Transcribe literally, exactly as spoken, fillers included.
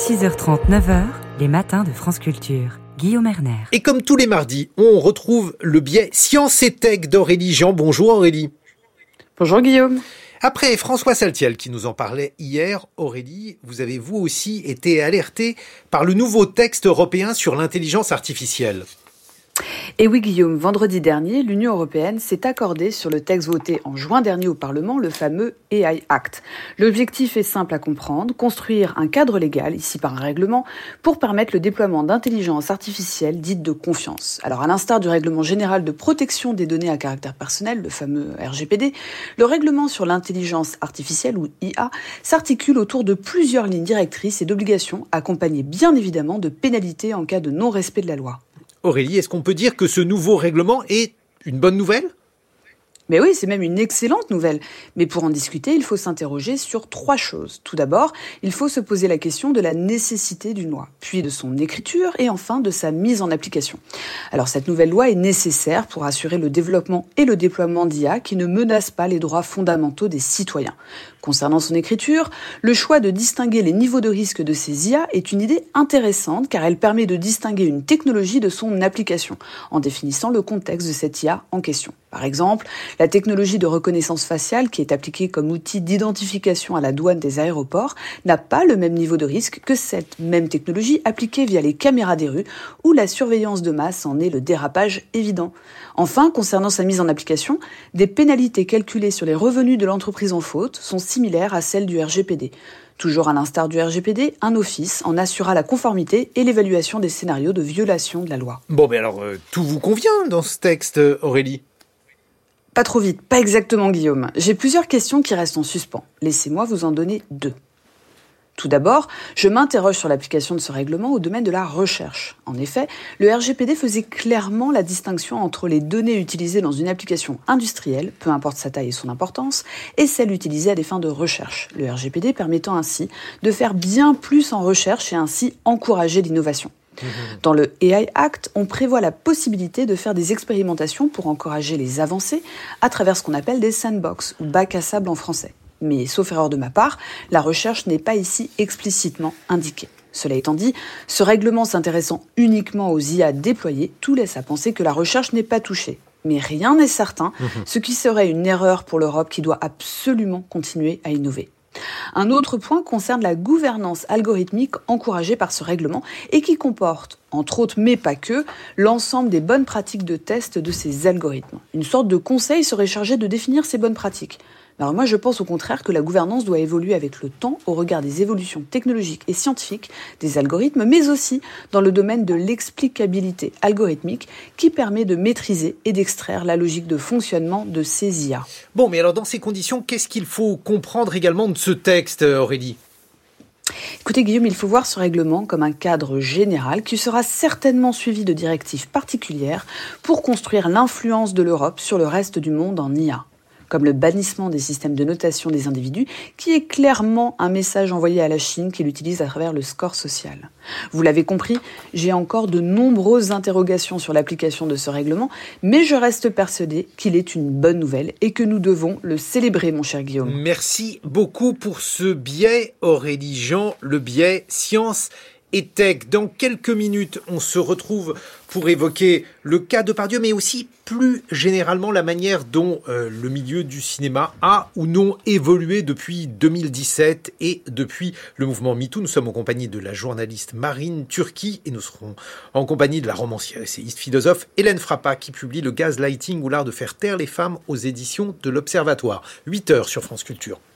six heures trente, neuf heures, les matins de France Culture. Guillaume Erner. Et comme tous les mardis, on retrouve le biais Science et Tech d'Aurélie Jean. Bonjour Aurélie. Bonjour Guillaume. Après François Saltiel qui nous en parlait hier, Aurélie, vous avez vous aussi été alertée par le nouveau texte européen sur l'intelligence artificielle. Et oui Guillaume, vendredi dernier, l'Union européenne s'est accordée sur le texte voté en juin dernier au Parlement, le fameux A I Act. L'objectif est simple à comprendre, construire un cadre légal, ici par un règlement, pour permettre le déploiement d'intelligence artificielle dite de confiance. Alors à l'instar du règlement général de protection des données à caractère personnel, le fameux R G P D, le règlement sur l'intelligence artificielle, ou I A, s'articule autour de plusieurs lignes directrices et d'obligations, accompagnées bien évidemment de pénalités en cas de non-respect de la loi. Aurélie, est-ce qu'on peut dire que ce nouveau règlement est une bonne nouvelle ? Mais oui, c'est même une excellente nouvelle. Mais pour en discuter, il faut s'interroger sur trois choses. Tout d'abord, il faut se poser la question de la nécessité d'une loi, puis de son écriture et enfin de sa mise en application. Alors cette nouvelle loi est nécessaire pour assurer le développement et le déploiement d'I A qui ne menacent pas les droits fondamentaux des citoyens. Concernant son écriture, le choix de distinguer les niveaux de risque de ces I A est une idée intéressante car elle permet de distinguer une technologie de son application en définissant le contexte de cette I A en question. Par exemple, la technologie de reconnaissance faciale qui est appliquée comme outil d'identification à la douane des aéroports n'a pas le même niveau de risque que cette même technologie appliquée via les caméras des rues où la surveillance de masse en est le dérapage évident. Enfin, concernant sa mise en application, des pénalités calculées sur les revenus de l'entreprise en faute sont similaires à celles du R G P D. Toujours à l'instar du R G P D, un office en assurera la conformité et l'évaluation des scénarios de violation de la loi. Bon, mais alors, euh, tout vous convient dans ce texte, Aurélie ? Pas trop vite, pas exactement Guillaume. J'ai plusieurs questions qui restent en suspens. Laissez-moi vous en donner deux. Tout d'abord, je m'interroge sur l'application de ce règlement au domaine de la recherche. En effet, le R G P D faisait clairement la distinction entre les données utilisées dans une application industrielle, peu importe sa taille et son importance, et celles utilisées à des fins de recherche. Le R G P D permettant ainsi de faire bien plus en recherche et ainsi encourager l'innovation. Dans le A I Act, on prévoit la possibilité de faire des expérimentations pour encourager les avancées à travers ce qu'on appelle des sandbox, ou bacs à sable en français. Mais, sauf erreur de ma part, la recherche n'est pas ici explicitement indiquée. Cela étant dit, ce règlement s'intéressant uniquement aux I A déployées, tout laisse à penser que la recherche n'est pas touchée. Mais rien n'est certain, ce qui serait une erreur pour l'Europe qui doit absolument continuer à innover. Un autre point concerne la gouvernance algorithmique encouragée par ce règlement et qui comporte, entre autres mais pas que, l'ensemble des bonnes pratiques de test de ces algorithmes. Une sorte de conseil serait chargé de définir ces bonnes pratiques. Alors moi je pense au contraire que la gouvernance doit évoluer avec le temps au regard des évolutions technologiques et scientifiques des algorithmes, mais aussi dans le domaine de l'explicabilité algorithmique qui permet de maîtriser et d'extraire la logique de fonctionnement de ces I A. Bon, mais alors dans ces conditions, qu'est-ce qu'il faut comprendre également de ce texte, Aurélie ? Écoutez Guillaume, il faut voir ce règlement comme un cadre général qui sera certainement suivi de directives particulières pour construire l'influence de l'Europe sur le reste du monde en I A. Comme le bannissement des systèmes de notation des individus, qui est clairement un message envoyé à la Chine qui l'utilise à travers le score social. Vous l'avez compris, j'ai encore de nombreuses interrogations sur l'application de ce règlement, mais je reste persuadée qu'il est une bonne nouvelle et que nous devons le célébrer, mon cher Guillaume. Merci beaucoup pour ce biais, Aurélie Jean, le biais Science et Tech. Dans quelques minutes, on se retrouve pour évoquer le cas Depardieu, mais aussi plus généralement la manière dont euh, le milieu du cinéma a ou non évolué depuis deux mille dix-sept et depuis le mouvement MeToo. Nous sommes en compagnie de la journaliste Marine Turki et nous serons en compagnie de la romancière, essayiste, philosophe Hélène Frappa qui publie Le Gaslighting ou l'art de faire taire les femmes aux éditions de l'Observatoire. huit heures sur France Culture.